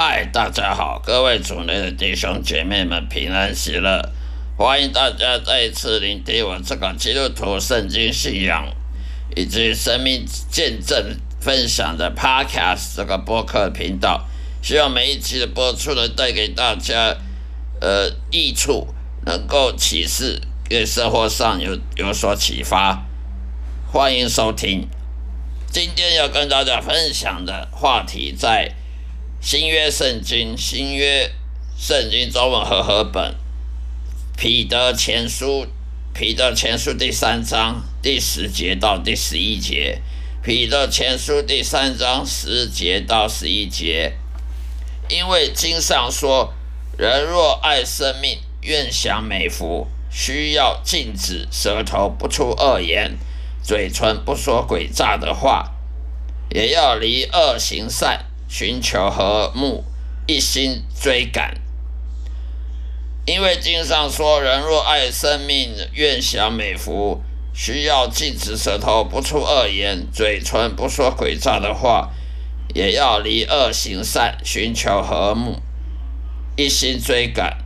嗨，大家好，各位主内的弟兄姐妹们平安喜乐，欢迎大家再一次聆听我这个基督徒圣经信仰以及生命见证分享的 Podcast 这个播客频道，希望每一期的播出能带给大家益处，能够启示，对生活上有所启发，欢迎收听。今天要跟大家分享的话题在新约圣经中文和合本彼得前书第3章第10节到第11节，彼得前书第3章10节到11节。因为经上说，人若爱生命，愿享美福，需要禁止舌头不出恶言，嘴唇不说诡诈的话，也要离恶行善，寻求和睦，一心追赶。因为经上说，人若爱生命，愿享美福，需要禁止舌头不出恶言，嘴唇不说诡诈的话，也要离恶行善，寻求和睦，一心追赶。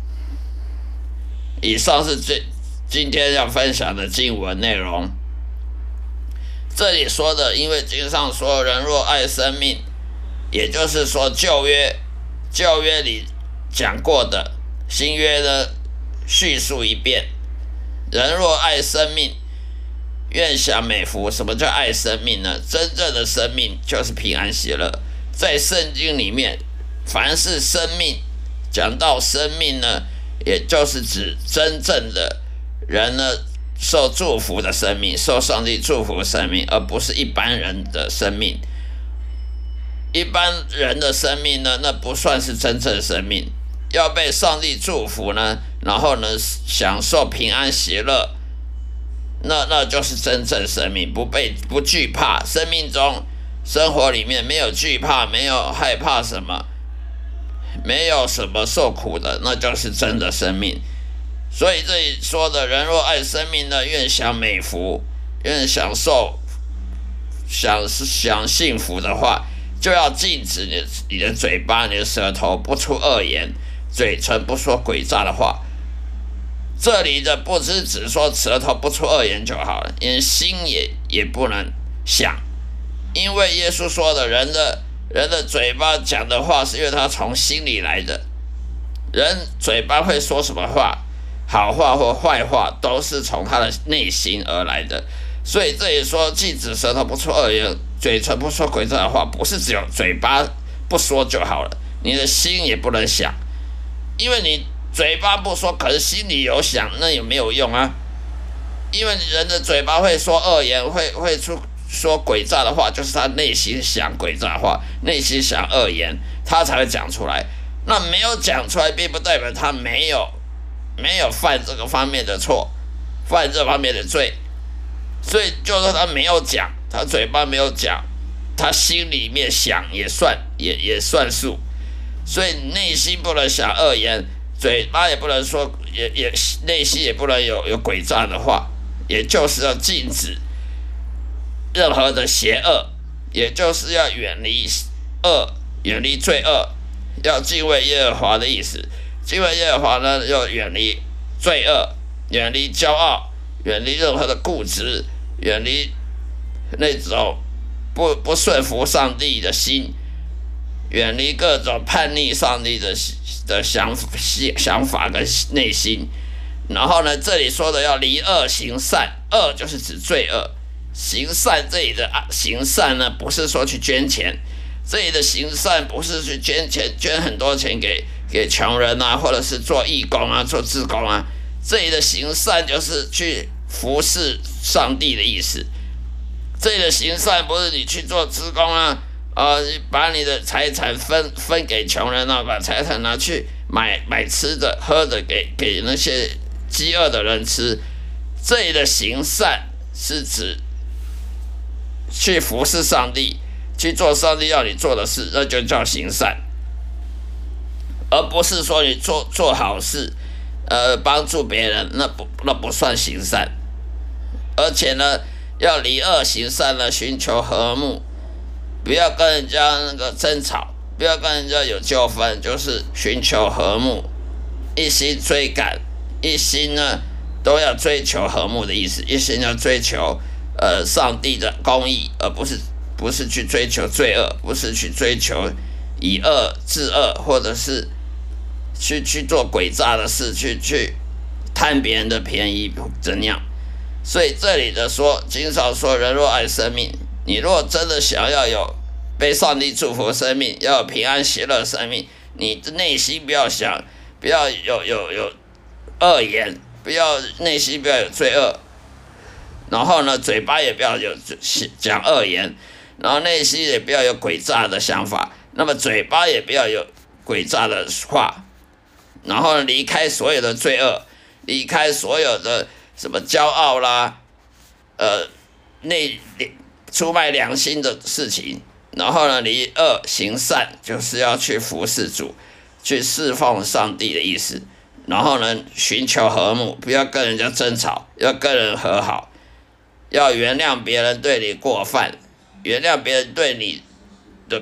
以上是今天要分享的经文内容。这里说的，因为经上说，人若爱生命，也就是说旧约里讲过的，新约呢叙述一遍。人若爱生命，愿享美福。什么叫爱生命呢？真正的生命就是平安喜乐。在圣经里面，凡是生命，讲到生命呢，也就是指真正的人呢受祝福的生命，受上帝祝福的生命，而不是一般人的生命。一般人的生命呢，那不算是真正的生命。要被上帝祝福呢，然后呢享受平安喜乐，那就是真正生命，不惧怕。生活里面没有惧怕，没有害怕什么，没有什么受苦的，那就是真的生命。所以这里说的，人若爱生命呢，愿享美福，愿享受享幸福的话，就要禁止你的嘴巴，你的舌头不出恶言，嘴唇不说诡诈的话。这里的不是只说舌头不出恶言就好了，连心也不能想。因为耶稣说的，人的嘴巴讲的话，是因为他从心里来的。人嘴巴会说什么话，好话或坏话，都是从他的内心而来的。所以这里说禁止舌头不出恶言，嘴唇不说诡诈的话，不是只有嘴巴不说就好了，你的心也不能想。因为你嘴巴不说，可是心里有想，那有没有用啊？因为人的嘴巴会说恶言，会说诡诈的话，就是他内心想诡诈话，内心想恶言，他才会讲出来。那没有讲出来，并不代表他没有犯这个方面的错，犯这方面的罪。所以就说他没有讲，他嘴巴没有讲，他心里面想也算数。所以内心不能想恶言，嘴巴也不能说，内心也不能有诡诈的话，也就是要禁止任何的邪恶，也就是要远离恶，远离罪恶，要敬畏耶和华的意思。敬畏耶和华呢，要远离罪恶，远离骄傲，远离任何的固执，远离那种不顺服上帝的心，远离各种叛逆上帝的想法跟内心。然后呢，这里说的要离恶行善，恶就是指罪恶。行善，这里的行善呢，不是说去捐钱，这里的行善不是去捐钱，捐很多钱给穷人啊，或者是做义工啊，做志工啊。这里的行善就是去服侍上帝的意思。这里的行善不是你去做志工啊，把你的财产分给穷人啊，把财产拿去买吃的喝的给那些饥饿的人吃。这里的行善是指去服侍上帝，去做上帝要你做的事，那就叫行善，而不是说你做好事，帮助别人，那不算行善。而且呢，要离恶行善呢，寻求和睦，不要跟人家那个争吵， 不要跟人家有纠纷，就是寻求和睦，一心追赶，一心呢都要追求和睦的意思，一心要追求上帝的公义，而不是去追求罪恶，不是去追求以恶治恶，或者是去做诡诈的事，去贪别人的便宜怎样？所以这里的说，经常说人若爱生命，你若真的想要有被上帝祝福的生命，要有平安喜乐的生命，你的内心不要想，不要有恶言，不要内心不要有罪恶，然后呢，嘴巴也不要有讲恶言，然后内心也不要有诡诈的想法，那么嘴巴也不要有诡诈的话，然后离开所有的罪恶，离开所有的什么骄傲啦，出卖良心的事情，然后呢，离恶行善，就是要去服侍主，去侍奉上帝的意思。然后呢，寻求和睦，不要跟人家争吵，要跟人和好，要原谅别人对你过犯，原谅别人对你的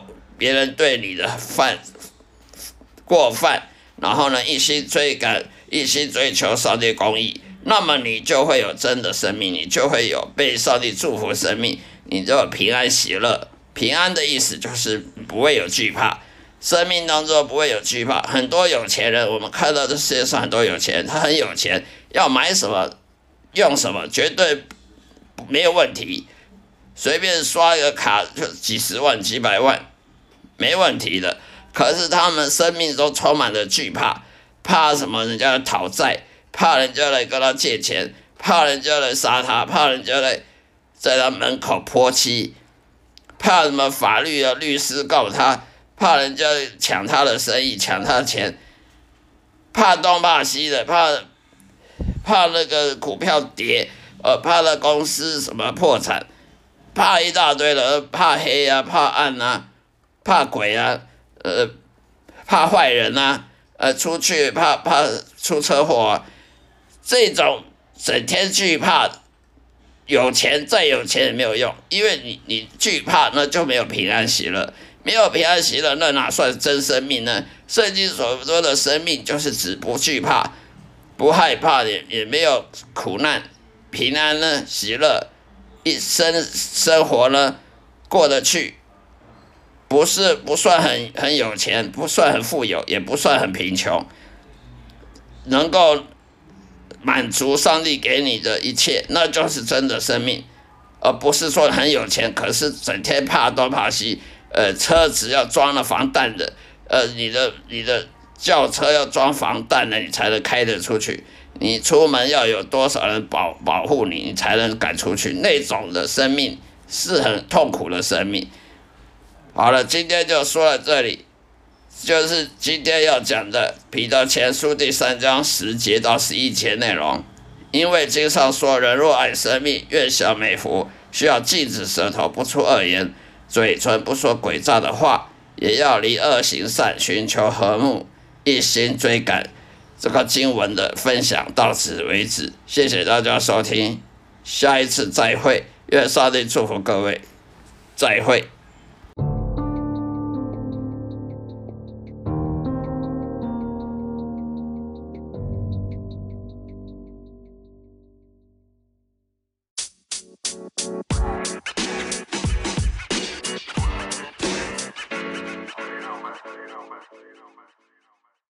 过犯，然后呢，一心追赶，一心追求上帝公义，那么你就会有真的生命，你就会有被上帝祝福的生命，你就有平安喜乐。平安的意思就是不会有惧怕，生命当中不会有惧怕。很多有钱人，我们看到这世界上很多有钱人，他很有钱，要买什么用什么，绝对没有问题，随便刷一个卡就几十万几百万，没问题的。可是他们生命中充满了惧怕，怕什么？人家来讨债，怕人家来跟他借钱，怕人家来杀他，怕人家来在他门口泼漆，怕什么法律的律师告他，怕人家抢他的生意，抢他的钱，怕东怕西的，怕那个股票跌，怕那公司什么破产，怕一大堆的，怕黑啊，怕暗啊，怕鬼啊，怕坏人啊，出去怕出车祸啊，这种整天惧怕，再有钱也没有用，因为你惧怕，那就没有平安喜乐，没有平安喜乐，那哪算真生命呢？圣经所说的生命，就是指不惧怕、不害怕，也没有苦难，平安呢，喜乐，生活呢过得去，不算很有钱，不算很富有，也不算很贫穷，能够满足上帝给你的一切，那就是真的生命，而不是说很有钱，可是整天怕东怕西，车子要装了防弹的，你的轿车要装防弹的，你才能开得出去。你出门要有多少人保护你，你才能赶出去。那种的生命是很痛苦的生命。好了，今天就说到这里，就是今天要讲的彼得前书第3章10节到11节内容。因为经上说，人若爱生命，愿享美福，需要禁止舌头不出恶言，嘴唇不说诡诈的话，也要离恶行善，寻求和睦，一心追赶。这个经文的分享到此为止，谢谢大家收听，下一次再会，愿上帝祝福各位，再会。